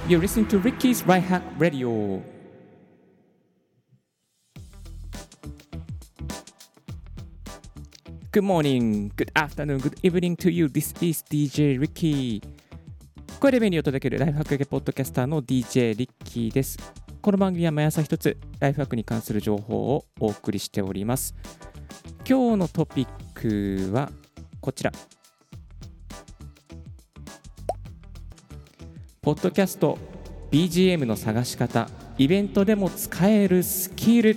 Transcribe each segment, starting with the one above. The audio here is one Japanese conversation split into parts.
You're listening to Ricky's Right Hack Radio. Good morning, good afternoon, good evening to you. This is DJ Ricky. 声で目にを届けるライフハック系ポッドキャスターの DJ リッキーです。この番組は毎朝一つライフハックに関する情報をお送りしております。今日のトピックはこちら。ポッドキャスト BGM の探し方、イベントでも使えるスキル。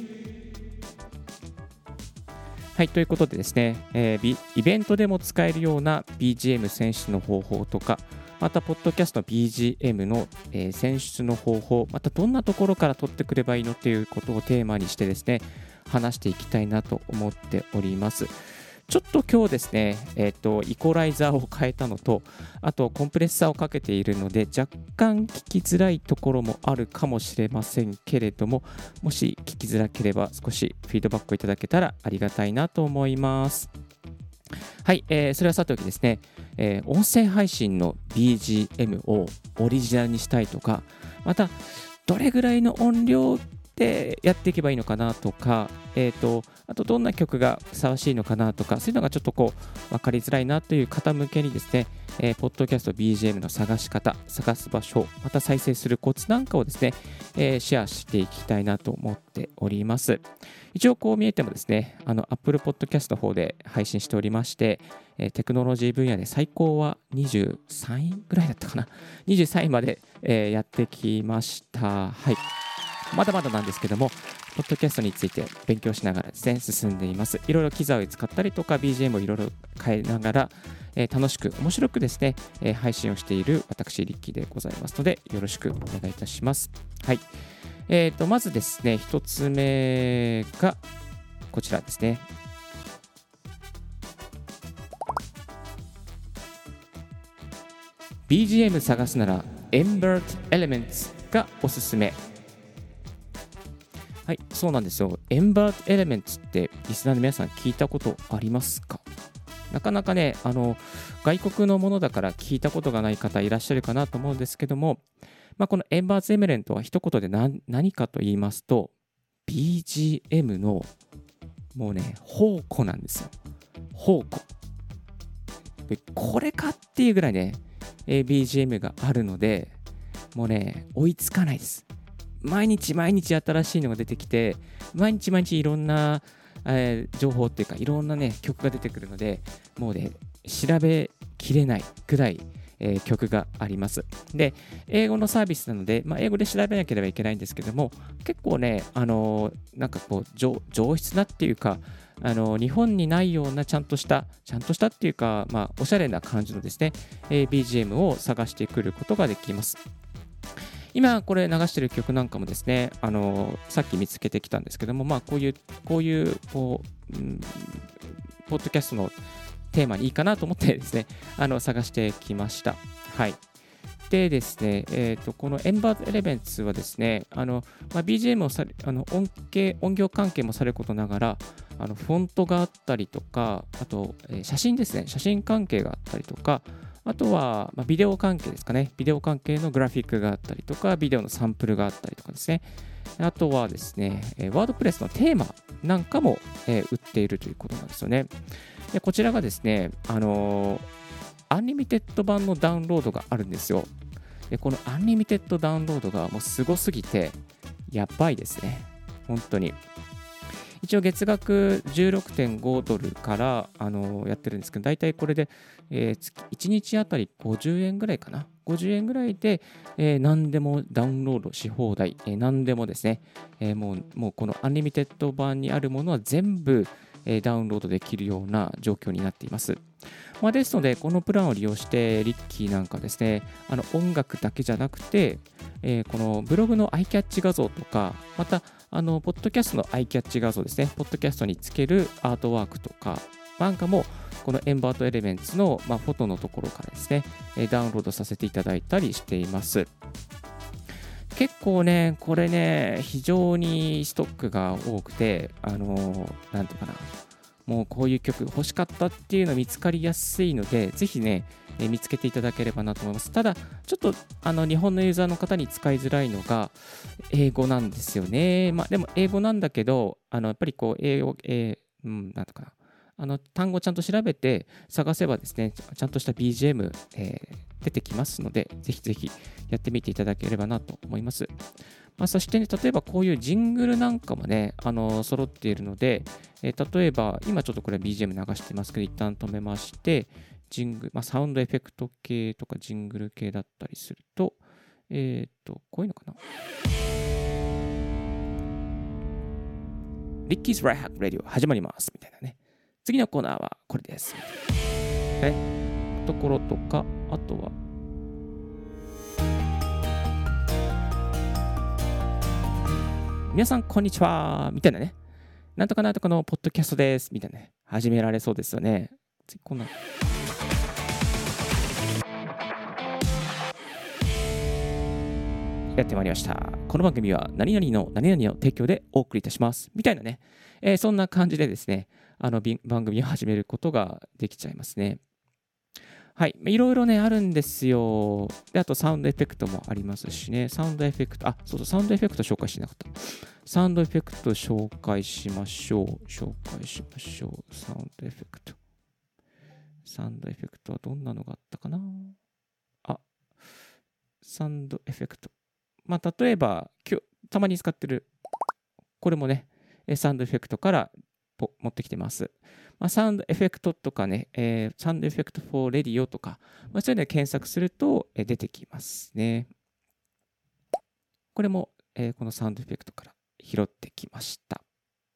はい、ということでですね、イベントでも使えるような BGM 選出の方法とか、またポッドキャスト BGM の、選出の方法、またどんなところから取ってくればいいのっていうことをテーマにしてですね、話していきたいなと思っております。ちょっと今日ですね、イコライザーを変えたのと、あとコンプレッサーをかけているので、若干聞きづらいところもあるかもしれませんけれども、もし聞きづらければ少しフィードバックをいただけたらありがたいなと思います。はい、それはさておきですね、音声配信の BGM をオリジナルにしたいとか、またどれぐらいの音量でやっていけばいいのかなとか、あとどんな曲がふさわしいのかなとか、そういうのがちょっとこう分かりづらいなという方向けにですね、ポッドキャスト BGM の探し方、探す場所、また再生するコツなんかをですね、シェアしていきたいなと思っております。一応こう見えてもですね、Apple Podcast の方で配信しておりまして、テクノロジー分野で最高は23位ぐらいだったかな、23位まで、やってきました。はい。まだまだなんですけども、ポッドキャストについて勉強しながらですね、進んでいます。いろいろ機材を使ったりとか、BGM をいろいろ変えながら、楽しく、面白くですね、配信をしている私、リッキーでございますので、よろしくお願いいたします。はい。まずですね、一つ目がこちらですね。BGM 探すなら Embed Elements がおすすめ。はい、そうなんですよ。Embed Elements ってリスナーの皆さん聞いたことありますか？なかなかね、外国のものだから聞いたことがない方いらっしゃるかなと思うんですけども、この Embed Element は一言で何かと言いますと、BGM のもうね、宝庫なんですよ。宝庫。でこれかっていうぐらいね、BGM があるので、もうね、追いつかないです。毎日毎日新しいのが出てきて、毎日毎日いろんな、情報っていうか、いろんなね、曲が出てくるので、もうね、調べきれないくらい、曲があります。で、英語のサービスなので、英語で調べなければいけないんですけども、結構ね、なんかこう、上質なっていうか、日本にないようなちゃんとしたっていうか、おしゃれな感じのですね、BGM を探してくることができます。今これ流してる曲なんかもですね、さっき見つけてきたんですけども、こういうポッドキャストのテーマにいいかなと思ってですね、探してきました。はい。でですね、この Embed Elements はですね、BGM を音響関係もされることながら、フォントがあったりとか、あと、写真ですね、写真関係があったりとか、あとは、ビデオ関係ですかね。ビデオ関係のグラフィックがあったりとか、ビデオのサンプルがあったりとかですね。あとはですね、ワードプレスのテーマなんかも、売っているということなんですよね。でこちらがですね、アンリミテッド版のダウンロードがあるんですよ。でこのアンリミテッドダウンロードがもうすごすぎて、やばいですね。本当に。一応月額 16.5 ドルから、やってるんですけど、大体これで、1日あたり50円ぐらいかな。50円ぐらいで、何でもダウンロードし放題。何でもですね、もうこのアンリミテッド版にあるものは全部、ダウンロードできるような状況になっています。ですので、このプランを利用して、リッキーなんかですね、音楽だけじゃなくて、このブログのアイキャッチ画像とか、また、ポッドキャストのアイキャッチ画像ですね、ポッドキャストにつけるアートワークとかなんかも、この Embed Elements の、フォトのところからですね、ダウンロードさせていただいたりしています。結構ね、これね、非常にストックが多くて、なんていうかな、もうこういう曲欲しかったっていうの見つかりやすいので、ぜひね、 見つけていただければなと思います。ただ、ちょっと日本のユーザーの方に使いづらいのが英語なんですよね。でも英語なんだけど、やっぱり英語、なんとかな。単語をちゃんと調べて探せばですね、ちゃんとした BGM、出てきますので、ぜひぜひやってみていただければなと思います。そしてね、例えばこういうジングルなんかもね、揃っているので、例えば、今ちょっとこれ BGM 流してますけど、一旦止めまして、ジングル、サウンドエフェクト系とかジングル系だったりすると、こういうのかな。リッキーズ・ライハック・ラディオ始まりますみたいなね。次のコーナーはこれです。ところとか、あとは、皆さんこんにちはみたいなね。なんとかなんとかのポッドキャストですみたいなね。始められそうですよね。次こんな。やってまいりました。この番組は何々の何々の提供でお送りいたしますみたいなね。そんな感じでですね、番組を始めることができちゃいますね。はい。いろいろね、あるんですよ。で、あとサウンドエフェクトもありますしね。サウンドエフェクト、そうそう、サウンドエフェクト紹介しなかった。サウンドエフェクト紹介しましょう。サウンドエフェクト。サウンドエフェクトはどんなのがあったかな。サウンドエフェクト。例えば、今日、たまに使ってる、これもね、サウンドエフェクトから持ってきてます。サウンドエフェクトとかね、サウンドエフェクト for radio とか、そういうので検索すると出てきますね。これも、このサウンドエフェクトから拾ってきました。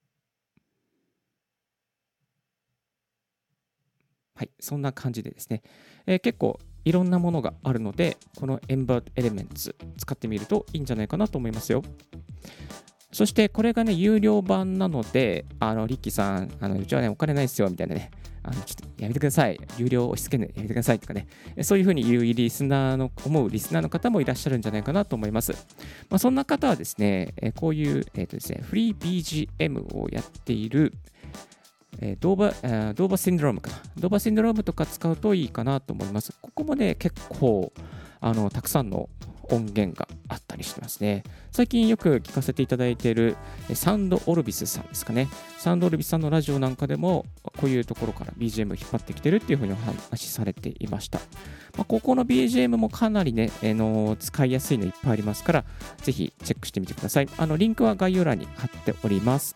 はい、そんな感じでですね、結構いろんなものがあるので、この Embed Elements 使ってみるといいんじゃないかなと思いますよ。そしてこれがね、有料版なので、リッキーさん、うちはね、お金ないですよ、みたいなね、ちょっとやめてください。有料押し付けるのやめてくださいとかね、そういうふうに言う思うリスナーの方もいらっしゃるんじゃないかなと思います。そんな方はですね、こういう、ですね、フリー BGM をやっている、ドーバシンドロームかな。ドーバシンドロームとか使うといいかなと思います。ここもね、結構、たくさんの音源があったりしてますね。最近よく聞かせていただいているサウンドオルビスさんですかね。サウンドオルビスさんのラジオなんかでもこういうところから BGM を引っ張ってきてるっていうふうにお話しされていました。ここの BGM もかなりね、使いやすいのいっぱいありますから、ぜひチェックしてみてください。リンクは概要欄に貼っております。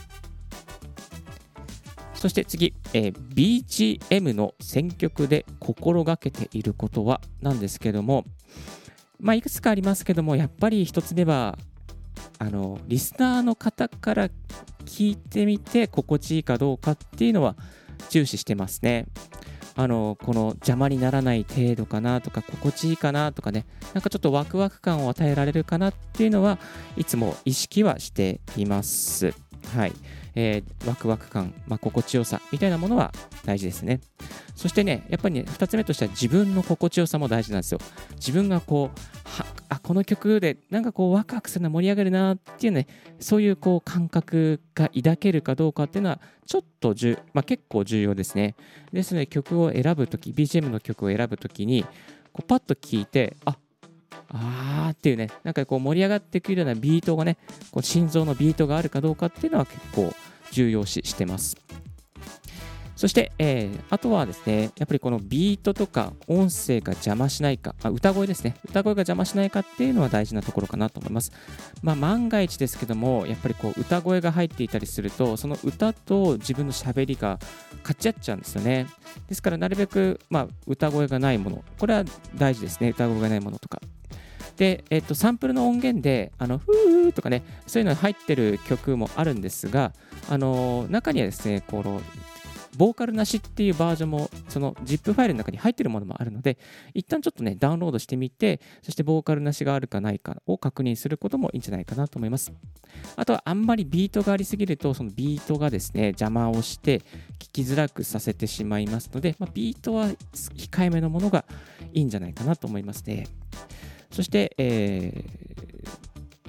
そして次、BGM の選曲で心がけていることはなんですけども、いくつかありますけども、やっぱり一つ目は、リスナーの方から聞いてみて心地いいかどうかっていうのは重視してますね。この邪魔にならない程度かなとか、心地いいかなとかね、なんかちょっとワクワク感を与えられるかなっていうのはいつも意識はしています。はい。ワクワク感、心地よさみたいなものは大事ですね。そしてね、やっぱりね、2つ目としては自分の心地よさも大事なんですよ。自分がこの曲でなんかワクワクするな、盛り上がるなっていうね、そういう感覚が抱けるかどうかっていうのはちょっと結構重要ですね。ですので曲を選ぶとき、BGM の曲を選ぶときにパッと聴いて、っていうね、なんか盛り上がってくるようなビートがね、心臓のビートがあるかどうかっていうのは結構重要視してます。そして、あとはですね、やっぱりこのビートとか音声が邪魔しないか、歌声ですね、歌声が邪魔しないかっていうのは大事なところかなと思います。万が一ですけども、やっぱり歌声が入っていたりすると、その歌と自分の喋りが勝ち合っちゃうんですよね。ですからなるべく、歌声がないもの、これは大事ですね、歌声がないものとか。で、サンプルの音源で、フーとかね、そういうのが入ってる曲もあるんですが、中にはですね、ボーカルなしっていうバージョンも、その ZIP ファイルの中に入ってるものもあるので、一旦ちょっとね、ダウンロードしてみて、そしてボーカルなしがあるかないかを確認することもいいんじゃないかなと思います。あとは、あんまりビートがありすぎると、そのビートがですね、邪魔をして、聞きづらくさせてしまいますので、ビートは控えめのものがいいんじゃないかなと思いますね。そして、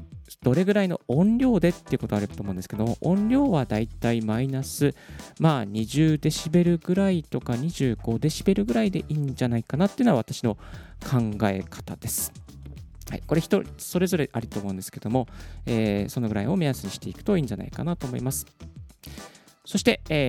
どれぐらいの音量でっていうことあると思うんですけども、音量はだいたいマイナス、20デシベルぐらいとか25デシベルぐらいでいいんじゃないかなっていうのは私の考え方です。はい、これ人それぞれあると思うんですけども、そのぐらいを目安にしていくといいんじゃないかなと思います。そして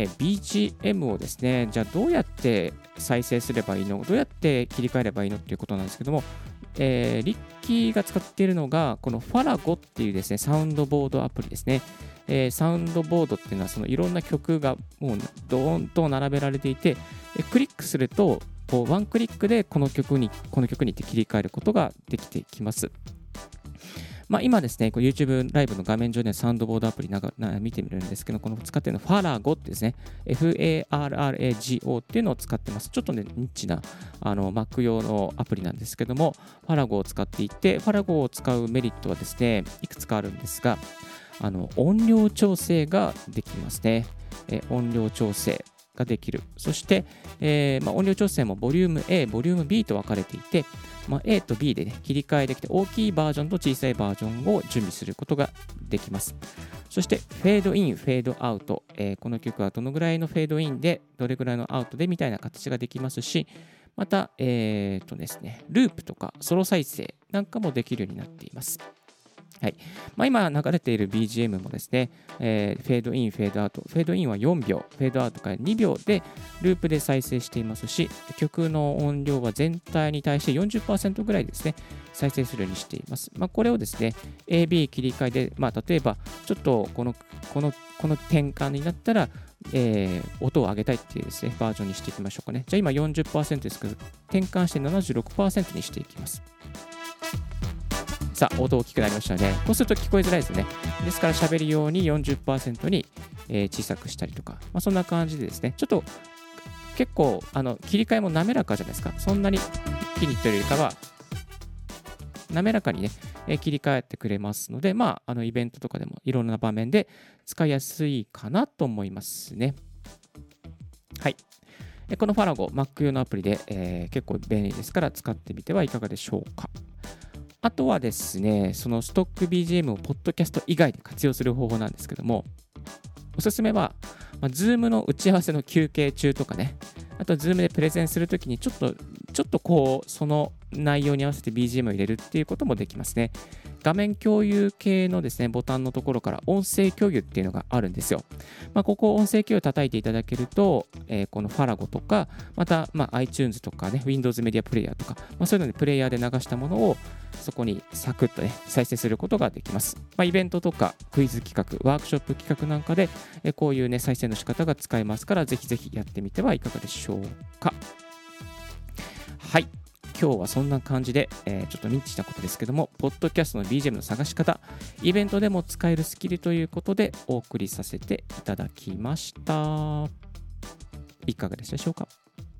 、BGM をですね、じゃあどうやって再生すればいいの、どうやって切り替えればいいのっていうことなんですけども、リッキーが使っているのが、この Farago っていうですね、サウンドボードアプリですね。サウンドボードっていうのは、そのいろんな曲がもうドーンと並べられていて、クリックすると、ワンクリックでこの曲にって切り替えることができてきます。今ですね、YouTube ライブの画面上でサウンドボードアプリ見てみるんですけど、この使っているのは Farago ってですね、FARRAGO っていうのを使ってます。ちょっとね、ニッチなMac 用のアプリなんですけども、Farago を使っていて、Farago を使うメリットはですね、いくつかあるんですが、音量調整ができますね。音量調整ができる。そして、音量調整もボリューム A、ボリューム B と分かれていて、A と B で、ね、切り替えできて、大きいバージョンと小さいバージョンを準備することができます。そして、フェードイン、フェードアウト、この曲はどのぐらいのフェードインで、どれぐらいのアウトでみたいな形ができますし、また、ですね、ループとかソロ再生なんかもできるようになっています。はい。今流れている BGM もですね、フェードイン、フェードアウト、フェードインは4秒、フェードアウトから2秒でループで再生していますし、曲の音量は全体に対して 40% ぐらいですね、再生するようにしています。これをですね、AB 切り替えで、例えば、ちょっとこの転換になったら、音を上げたいっていうですね、バージョンにしていきましょうかね。じゃあ今 40% ですけど、転換して 76% にしていきます。さあ、音大きくなりましたね。こうすると聞こえづらいですね。ですから、喋るように 40% に小さくしたりとか、そんな感じでですね、ちょっと結構切り替えも滑らかじゃないですか。そんなに一気にというよりかは、滑らかにね、切り替えてくれますので、イベントとかでもいろんな場面で使いやすいかなと思いますね。はい。この Farago、Mac 用のアプリで、結構便利ですから使ってみてはいかがでしょうか。あとはですね、そのストック BGM をポッドキャスト以外で活用する方法なんですけども、おすすめは、Zoom の打ち合わせの休憩中とかね、あと Zoom でプレゼンするときにちょっとその内容に合わせて BGM を入れるっていうこともできますね。画面共有系のですね、ボタンのところから音声共有っていうのがあるんですよ。ここ音声共有叩いていただけると、この Farago とか、また、iTunes とかね、Windows メディアプレイヤーとか、そういうのでプレイヤーで流したものをそこにサクッとね、再生することができます。イベントとかクイズ企画、ワークショップ企画なんかで、こういうね、再生の仕方が使えますから、ぜひぜひやってみてはいかがでしょうか。はい。今日はそんな感じで、ちょっとニッチなことですけども、ポッドキャストの BGM の探し方、イベントでも使えるスキルということでお送りさせていただきました。いかがでしたでしょうか。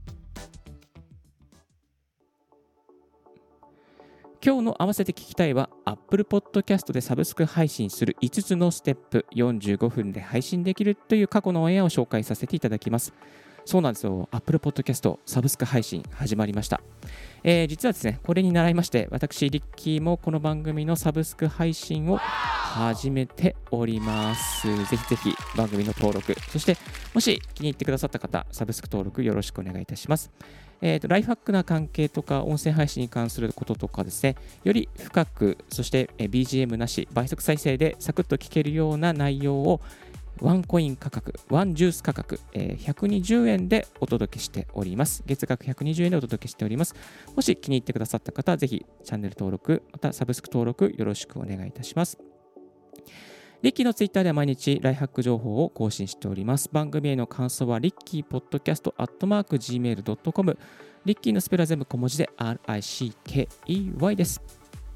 今日の合わせて聞きたいは Apple Podcast でサブスク配信する5つのステップ、45分で配信できるという過去のオンエアを紹介させていただきます。そうなんですよ。Apple Podcast サブスク配信始まりました。実はですね、これに習いまして、私、リッキーもこの番組のサブスク配信を始めております。ぜひぜひ番組の登録、そしてもし気に入ってくださった方、サブスク登録よろしくお願いいたします。ライフハックな関係とか、音声配信に関することとかですね、より深く、そして BGM なし、倍速再生でサクッと聞けるような内容をワンコイン価格、ワンジュース価格、120円でお届けしております。月額120円でお届けしております。もし気に入ってくださった方は、ぜひチャンネル登録、またサブスク登録よろしくお願いいたします。リッキーのツイッターでは毎日ライフハック情報を更新しております。番組への感想はリッキーポッドキャスト@gmail.com。リッキーのスペルは全部小文字で RICKEY です。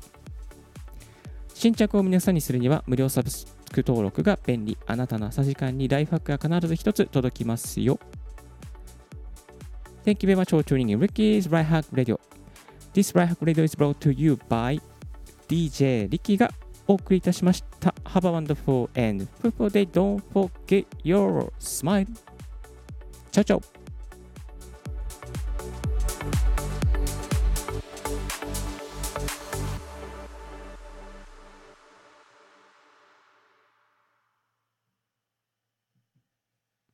新着を皆さんにするには無料サブスク登録が便利。あなたの朝時間にライフハックが必ず一つ届きますよ。Thank you very much for tuning in Ricky's Right Hack Radio。This Right Hack Radio is brought to you by DJ リッキーがお送りいたしました。Have a wonderful and fruitful day. Don't forget your smile. チャオチャオ。